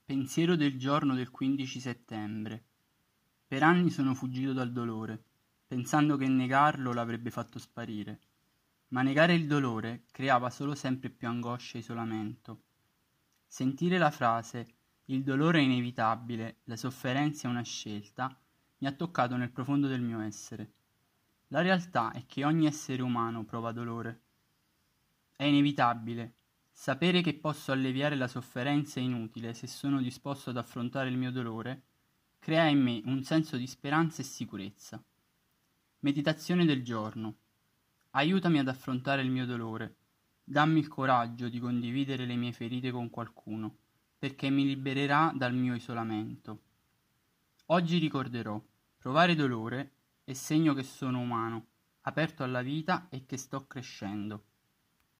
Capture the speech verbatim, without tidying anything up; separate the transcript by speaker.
Speaker 1: Pensiero del giorno del quindici settembre. Per anni sono fuggito dal dolore, pensando che negarlo l'avrebbe fatto sparire. Ma negare il dolore creava solo sempre più angoscia e isolamento. Sentire la frase "il dolore è inevitabile, la sofferenza è una scelta" mi ha toccato nel profondo del mio essere. La realtà è che ogni essere umano prova dolore. È inevitabile. Sapere che posso alleviare la sofferenza è inutile se sono disposto ad affrontare il mio dolore, crea in me un senso di speranza e sicurezza. Meditazione del giorno. Aiutami ad affrontare il mio dolore. Dammi il coraggio di condividere le mie ferite con qualcuno, perché mi libererà dal mio isolamento. Oggi ricorderò: provare dolore è segno che sono umano, aperto alla vita e che sto crescendo.